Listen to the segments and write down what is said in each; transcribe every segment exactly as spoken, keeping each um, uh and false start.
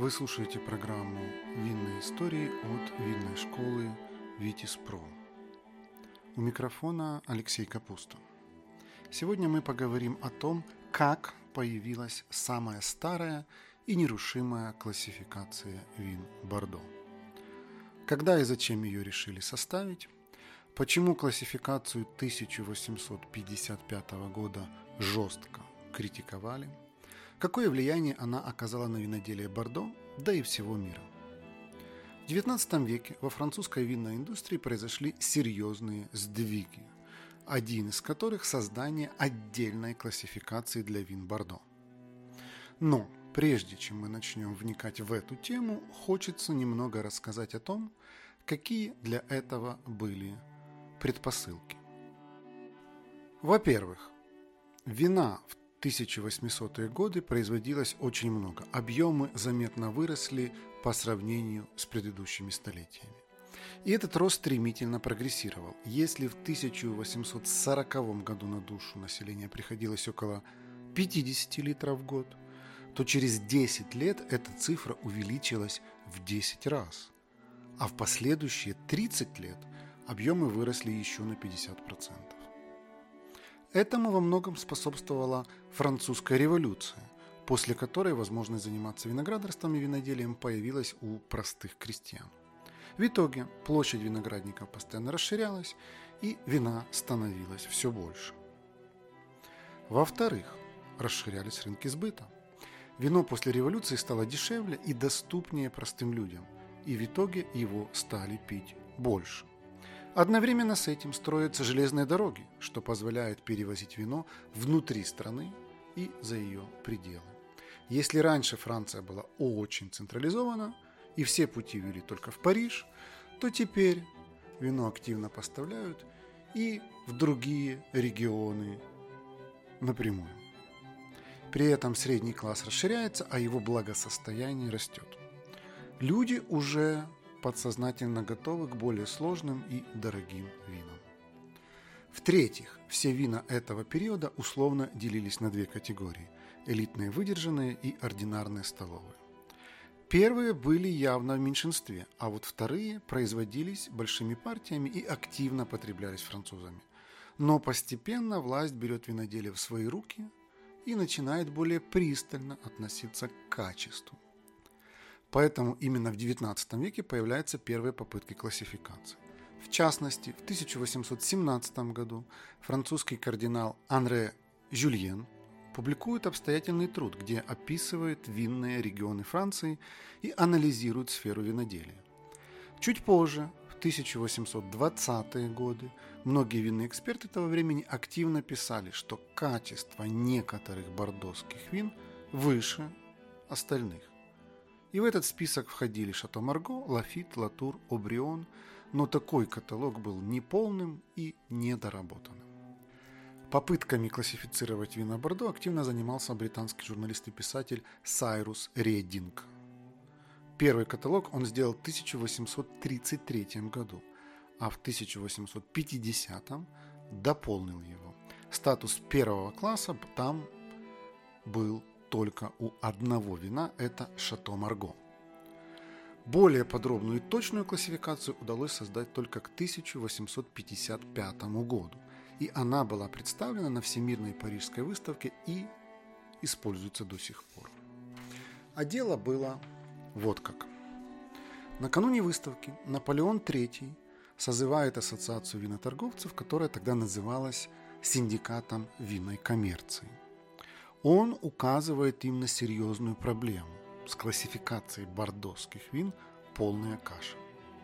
Вы слушаете программу «Винные истории» от винной школы «Витис.Про». У микрофона Алексей Капуста. Сегодня мы поговорим о том, как появилась самая старая и нерушимая классификация вин Бордо. Когда и зачем ее решили составить, почему классификацию тысяча восемьсот пятьдесят пятого года жестко критиковали, какое влияние она оказала на виноделие Бордо, да и всего мира. В девятнадцатом веке во французской винной индустрии произошли серьезные сдвиги, один из которых – создание отдельной классификации для вин Бордо. Но прежде чем мы начнем вникать в эту тему, хочется немного рассказать о том, какие для этого были предпосылки. Во-первых, вина в тысяча восьмисотые годы производилось очень много. Объемы заметно выросли по сравнению с предыдущими столетиями. И этот рост стремительно прогрессировал. Если в тысяча восемьсот сороковом году на душу населения приходилось около пятьдесят литров в год, то через десять лет эта цифра увеличилась в десять раз. А в последующие тридцать лет объемы выросли еще на пятьдесят процентов. Этому во многом способствовала французская революция, после которой возможность заниматься виноградарством и виноделием появилась у простых крестьян. В итоге площадь виноградников постоянно расширялась, и вина становилось все больше. Во-вторых, расширялись рынки сбыта. Вино после революции стало дешевле и доступнее простым людям, и в итоге его стали пить больше. Одновременно с этим строятся железные дороги, что позволяет перевозить вино внутри страны и за ее пределы. Если раньше Франция была очень централизована и все пути вели только в Париж, то теперь вино активно поставляют и в другие регионы напрямую. При этом средний класс расширяется, а его благосостояние растет. Люди уже подсознательно готовы к более сложным и дорогим винам. В-третьих, все вина этого периода условно делились на две категории – элитные выдержанные и ординарные столовые. Первые были явно в меньшинстве, а вот вторые производились большими партиями и активно потреблялись французами. Но постепенно власть берет виноделие в свои руки и начинает более пристально относиться к качеству. Поэтому именно в девятнадцатом веке появляются первые попытки классификации. В частности, в тысяча восемьсот семнадцатом году французский кардинал Анре Жюльен публикует обстоятельный труд, где описывает винные регионы Франции и анализирует сферу виноделия. Чуть позже, в тысяча восемьсот двадцатые годы, многие винные эксперты того времени активно писали, что качество некоторых бордоских вин выше остальных. И в этот список входили Шато Марго, Лафит, Латур, Обрион, но такой каталог был неполным и недоработанным. Попытками классифицировать вина Бордо активно занимался британский журналист и писатель Сайрус Реддинг. Первый каталог он сделал в тысяча восемьсот тридцать третьем году, а в тысяча восемьсот пятидесятом дополнил его. Статус первого класса там был только у одного вина – это Шато Марго. Более подробную и точную классификацию удалось создать только к тысяча восемьсот пятьдесят пятому году, и она была представлена на Всемирной Парижской выставке и используется до сих пор. А дело было вот как. Накануне выставки Наполеон третий созывает ассоциацию виноторговцев, которая тогда называлась Синдикатом винной коммерции. Он указывает им на серьезную проблему. С классификацией бордоских вин полная каша.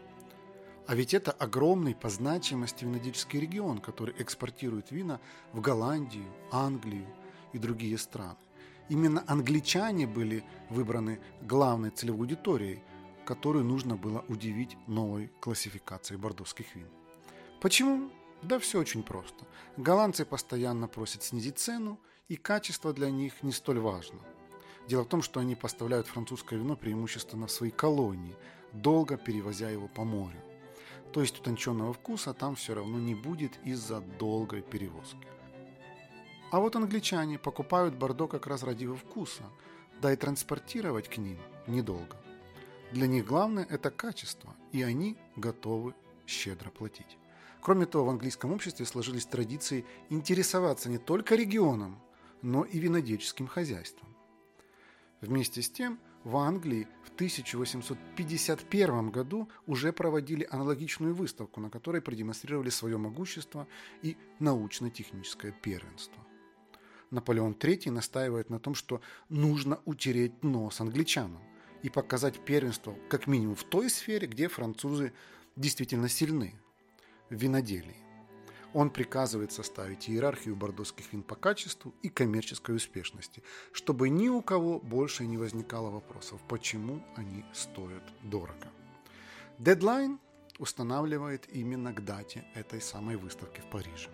А ведь это огромный по значимости винодельческий регион, который экспортирует вина в Голландию, Англию и другие страны. Именно англичане были выбраны главной целевой аудиторией, которую нужно было удивить новой классификацией бордоских вин. Почему? Да все очень просто. Голландцы постоянно просят снизить цену, и качество для них не столь важно. Дело в том, что они поставляют французское вино преимущественно в свои колонии, долго перевозя его по морю. То есть утонченного вкуса там все равно не будет из-за долгой перевозки. А вот англичане покупают Бордо как раз ради его вкуса, да и транспортировать к ним недолго. Для них главное – это качество, и они готовы щедро платить. Кроме того, в английском обществе сложились традиции интересоваться не только регионом, но и винодельческим хозяйством. Вместе с тем, в Англии в тысяча восемьсот пятьдесят первом году уже проводили аналогичную выставку, на которой продемонстрировали свое могущество и научно-техническое первенство. Наполеон третий настаивает на том, что нужно утереть нос англичанам и показать первенство как минимум в той сфере, где французы действительно сильны – в виноделии. Он приказывает составить иерархию бордоских вин по качеству и коммерческой успешности, чтобы ни у кого больше не возникало вопросов, почему они стоят дорого. Дедлайн устанавливает именно к дате этой самой выставки в Париже.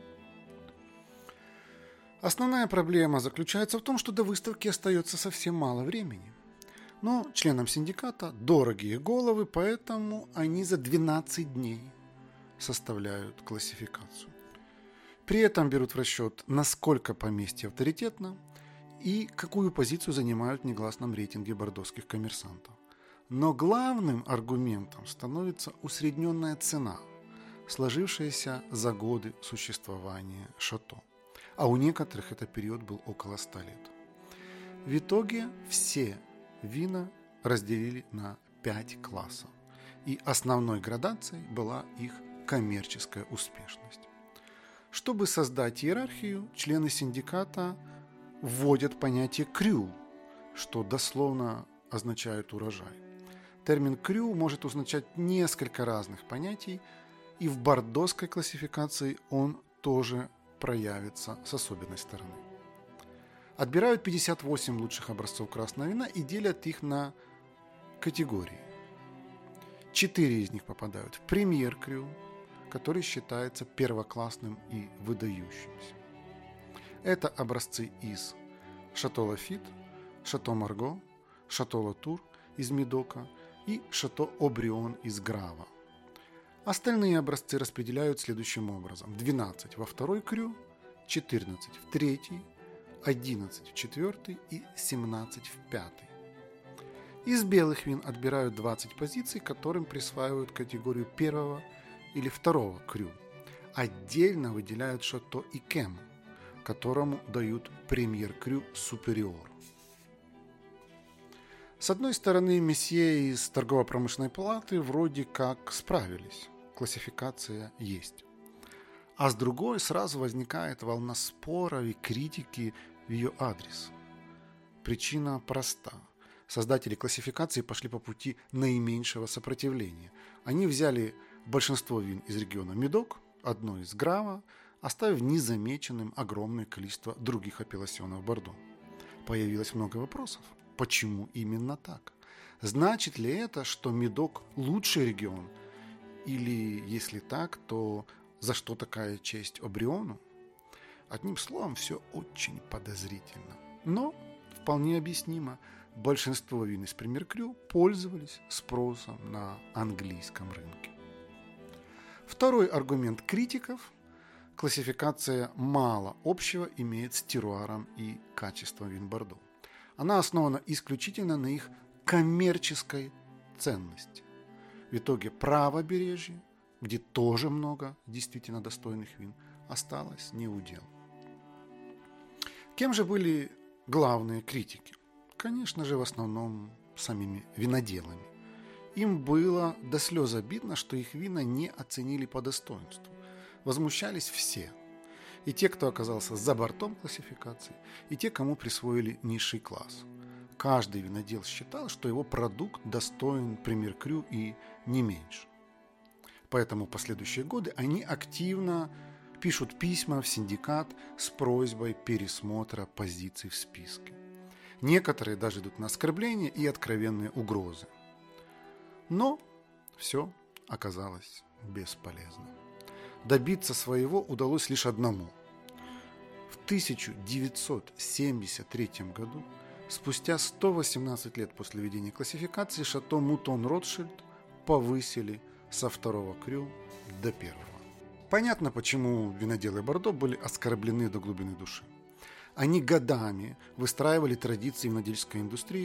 Основная проблема заключается в том, что до выставки остается совсем мало времени. Но членам синдиката дорогие головы, поэтому они за двенадцать дней составляют классификацию. При этом берут в расчет, насколько поместье авторитетно и какую позицию занимают в негласном рейтинге бордоских коммерсантов. Но главным аргументом становится усредненная цена, сложившаяся за годы существования шато. А у некоторых этот период был около ста лет. В итоге все вина разделили на пять классов, и основной градацией была их коммерческая успешность. Чтобы создать иерархию, члены синдиката вводят понятие крю, что дословно означает урожай. Термин крю может означать несколько разных понятий, и в бордоской классификации он тоже проявится с особенной стороны. Отбирают пятьдесят восемь лучших образцов красного вина и делят их на категории. Четыре из них попадают в премьер-крю, который считается первоклассным и выдающимся. Это образцы из Шато Лафит, Шато Марго, Шато Латур из Медока и Шато Обрион из Грава. Остальные образцы распределяют следующим образом: двенадцать во второй крю, четырнадцать в третий, одиннадцать в четвертый и семнадцать в пятый. Из белых вин отбирают двадцать позиций, которым присваивают категорию первого или второго крю. Отдельно выделяют Шато Икем, которому дают премьер-крю супериор. С одной стороны, месье из торгово-промышленной палаты вроде как справились, классификация есть. А с другой сразу возникает волна споров и критики в ее адрес. Причина проста. Создатели классификации пошли по пути наименьшего сопротивления. Они взяли большинство вин из региона Медок, одно из Грава, оставив незамеченным огромное количество других апелласьонов Бордо. Появилось много вопросов. Почему именно так? Значит ли это, что Медок лучший регион? Или, если так, то за что такая честь Обриону? Одним словом, все очень подозрительно. Но вполне объяснимо. Большинство вин из премьер-крю пользовались спросом на английском рынке. Второй аргумент критиков – классификация мало общего имеет с теруаром и качеством вин Бордо. Она основана исключительно на их коммерческой ценности. В итоге правобережье, где тоже много действительно достойных вин, осталось не удел. Кем же были главные критики? Конечно же, в основном самими виноделами. Им было до слез обидно, что их вина не оценили по достоинству. Возмущались все. И те, кто оказался за бортом классификации, и те, кому присвоили низший класс. Каждый винодел считал, что его продукт достоин премьер-крю и не меньше. Поэтому в последующие годы они активно пишут письма в синдикат с просьбой пересмотра позиций в списке. Некоторые даже идут на оскорбления и откровенные угрозы. Но все оказалось бесполезно. Добиться своего удалось лишь одному. В тысяча девятьсот семьдесят третьем году, спустя сто восемнадцать лет после введения классификации, Шато Мутон Ротшильд повысили со второго крю до первого. Понятно, почему виноделы Бордо были оскорблены до глубины души. Они годами выстраивали традиции винодельской индустрии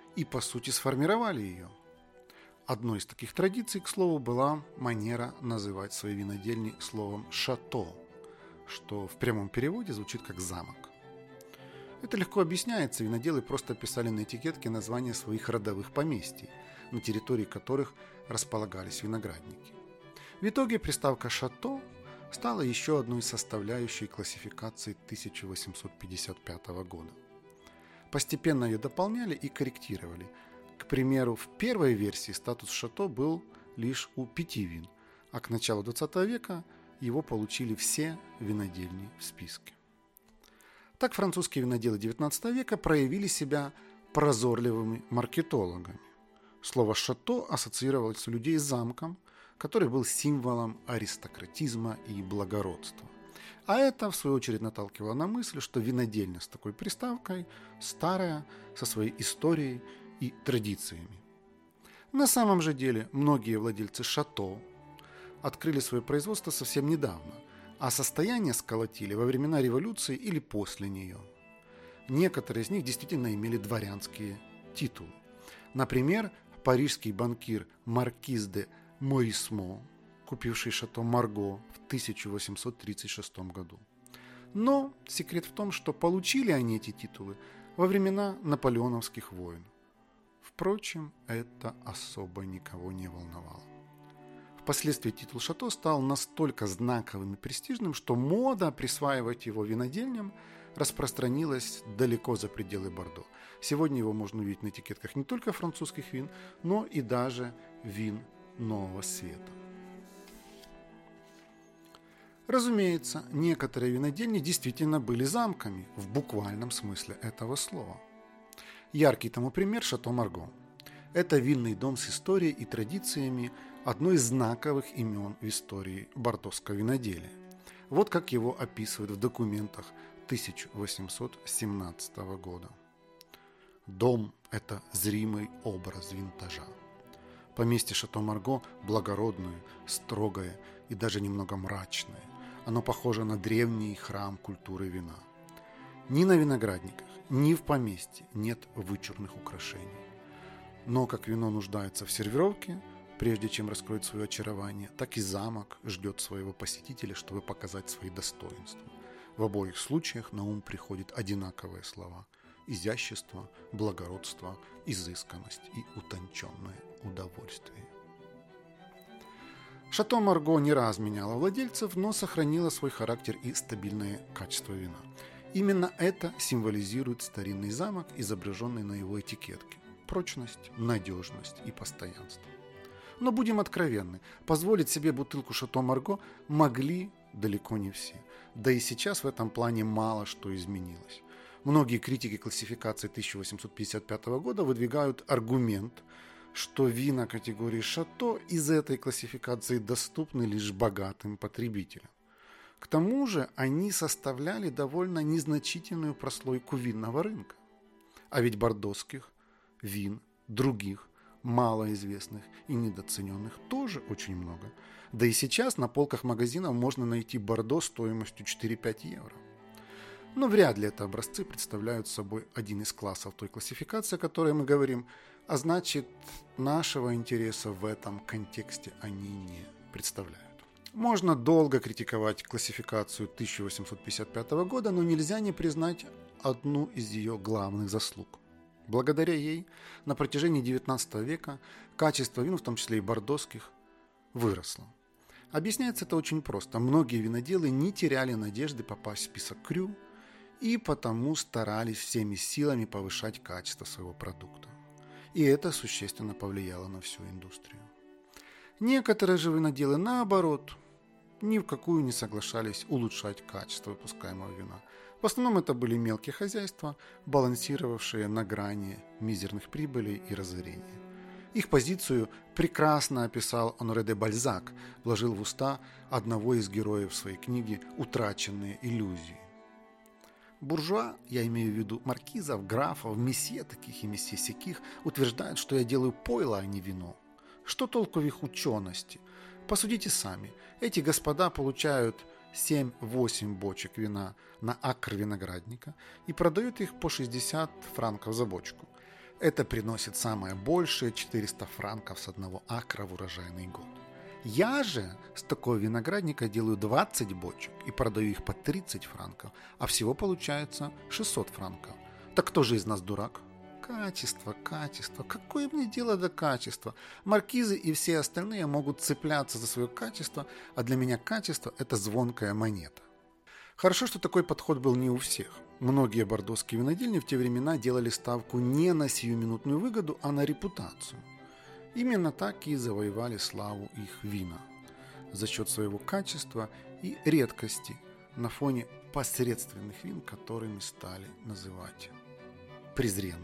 и, по сути, сформировали ее. Одной из таких традиций, к слову, была манера называть свои винодельни словом «шато», что в прямом переводе звучит как «замок». Это легко объясняется, виноделы просто писали на этикетке названия своих родовых поместий, на территории которых располагались виноградники. В итоге приставка «шато» стала еще одной составляющей классификации тысяча восемьсот пятьдесят пятого года. Постепенно ее дополняли и корректировали. К примеру, в первой версии статус «шато» был лишь у пяти вин, а к началу двадцатого века его получили все винодельни в списке. Так французские виноделы девятнадцатого века проявили себя прозорливыми маркетологами. Слово «шато» ассоциировалось у людей с замком, который был символом аристократизма и благородства. А это, в свою очередь, наталкивало на мысль, что винодельня с такой приставкой старая, со своей историей и традициями. На самом же деле многие владельцы «шато» открыли свое производство совсем недавно, а состояние сколотили во времена революции или после нее. Некоторые из них действительно имели дворянские титулы. Например, парижский банкир маркиз де Морисмо, купивший шато Марго в тысяча восемьсот тридцать шестом году. Но секрет в том, что получили они эти титулы во времена наполеоновских войн. Впрочем, это особо никого не волновало. Впоследствии титул шато стал настолько знаковым и престижным, что мода присваивать его винодельням распространилась далеко за пределы Бордо. Сегодня его можно увидеть на этикетках не только французских вин, но и даже вин Нового Света. Разумеется, некоторые винодельни действительно были замками в буквальном смысле этого слова. Яркий тому пример шато Марго. Это винный дом с историей и традициями, одно из знаковых имен в истории бордоского виноделия. Вот как его описывают в документах тысяча восемьсот семнадцатого года. Дом – это зримый образ винтажа. Поместье шато Марго благородное, строгое и даже немного мрачное. Оно похоже на древний храм культуры вина. Ни на виноградниках, ни в поместье нет вычурных украшений. Но как вино нуждается в сервировке, прежде чем раскроет свое очарование, так и замок ждет своего посетителя, чтобы показать свои достоинства. В обоих случаях на ум приходят одинаковые слова – изящество, благородство, изысканность и утонченное удовольствие. Шато Марго не раз меняло владельцев, но сохранило свой характер и стабильное качество вина. Именно это символизирует старинный замок, изображенный на его этикетке. Прочность, надежность и постоянство. Но будем откровенны, позволить себе бутылку шато Марго могли далеко не все. Да и сейчас в этом плане мало что изменилось. Многие критики классификации тысяча восемьсот пятьдесят пятого года выдвигают аргумент, что вина категории шато из этой классификации доступны лишь богатым потребителям. К тому же они составляли довольно незначительную прослойку винного рынка. А ведь бордоских вин, других, малоизвестных и недооцененных тоже очень много. Да и сейчас на полках магазинов можно найти бордо стоимостью четыре-пять евро. Но вряд ли это образцы представляют собой один из классов той классификации, о которой мы говорим, а значит, нашего интереса в этом контексте они не представляют. Можно долго критиковать классификацию тысяча восемьсот пятьдесят пятого года, но нельзя не признать одну из ее главных заслуг. Благодаря ей на протяжении девятнадцатого века качество вин, в том числе и бордоских, выросло. Объясняется это очень просто. Многие виноделы не теряли надежды попасть в список Крю и потому старались всеми силами повышать качество своего продукта. И это существенно повлияло на всю индустрию. Некоторые же виноделы, наоборот, ни в какую не соглашались улучшать качество выпускаемого вина. В основном это были мелкие хозяйства, балансировавшие на грани мизерных прибылей и разорения. Их позицию прекрасно описал Оноре де Бальзак, вложил в уста одного из героев своей книги «Утраченные иллюзии». Буржуа, я имею в виду маркизов, графов, месье таких и месье сяких, утверждают, что я делаю пойло, а не вино. Что толку в их учености? Посудите сами. Эти господа получают семь-восемь бочек вина на акр виноградника и продают их по шестьдесят франков за бочку. Это приносит самое большее четыреста франков с одного акра в урожайный год. Я же с такого виноградника делаю двадцать бочек и продаю их по тридцать франков, а всего получается шестьсот франков. Так кто же из нас дурак? Качество, качество. Какое мне дело до качества? Маркизы и все остальные могут цепляться за свое качество, а для меня качество – это звонкая монета. Хорошо, что такой подход был не у всех. Многие бордоские винодельни в те времена делали ставку не на сиюминутную выгоду, а на репутацию. Именно так и завоевали славу их вина. За счет своего качества и редкости на фоне посредственных вин, которыми стали называть презренными.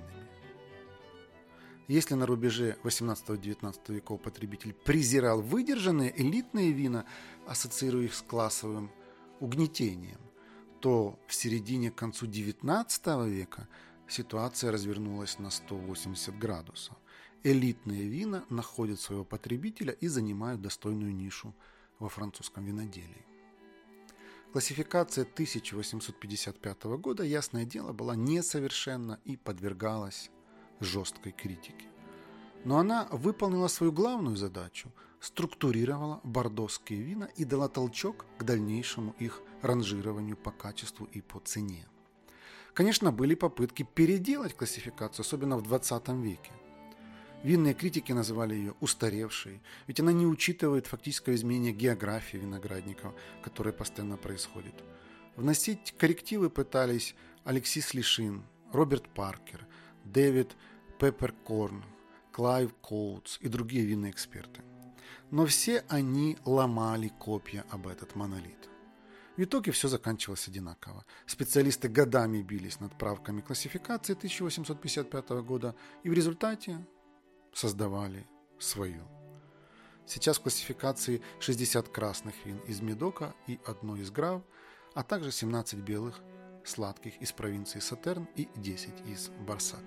Если на рубеже восемнадцатого-девятнадцатого веков потребитель презирал выдержанные элитные вина, ассоциируя их с классовым угнетением, то в середине к концу девятнадцатого века ситуация развернулась на сто восемьдесят градусов. Элитные вина находят своего потребителя и занимают достойную нишу во французском виноделии. Классификация тысяча восемьсот пятьдесят пятого года, ясное дело, была несовершенна и подвергалась жесткой критике. Но она выполнила свою главную задачу, структурировала бордоские вина и дала толчок к дальнейшему их ранжированию по качеству и по цене. Конечно, были попытки переделать классификацию, особенно в двадцатом веке. Винные критики называли ее устаревшей, ведь она не учитывает фактического изменения географии виноградников, которое постоянно происходит. Вносить коррективы пытались Алексис Лишин, Роберт Паркер, Дэвид Пепперкорн, Клайв Коутс и другие винные эксперты. Но все они ломали копья об этот монолит. В итоге все заканчивалось одинаково. Специалисты годами бились над правками классификации тысяча восемьсот пятьдесят пятого года и в результате создавали свою. Сейчас в классификации шестьдесят красных вин из Медока и одно из Грав, а также семнадцать белых сладких из провинции Сатерн и десять из Барсак.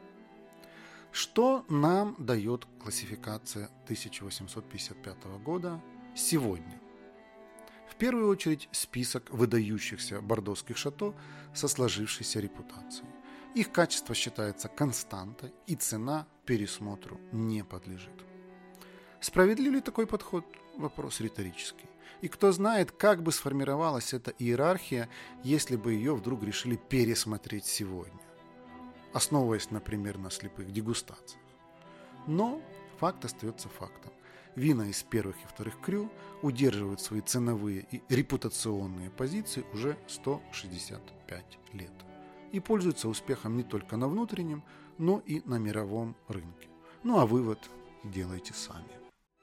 Что нам дает классификация тысяча восемьсот пятьдесят пятого года сегодня? В первую очередь список выдающихся бордоских шато со сложившейся репутацией. Их качество считается константой, и цена пересмотру не подлежит. Справедлив ли такой подход? Вопрос риторический. И кто знает, как бы сформировалась эта иерархия, если бы ее вдруг решили пересмотреть сегодня, основываясь, например, на слепых дегустациях. Но факт остается фактом. Вина из первых и вторых крю удерживают свои ценовые и репутационные позиции уже сто шестьдесят пять лет и пользуются успехом не только на внутреннем, но и на мировом рынке. Ну а вывод делайте сами.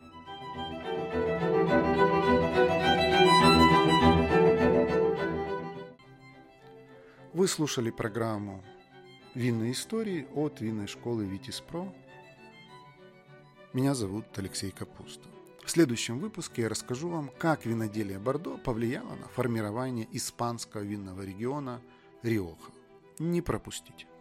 Вы слушали программу «Винные истории» от винной школы Витис.Про. Меня зовут Алексей Капуста. В следующем выпуске я расскажу вам, как виноделие Бордо повлияло на формирование испанского винного региона Риоха. Не пропустите.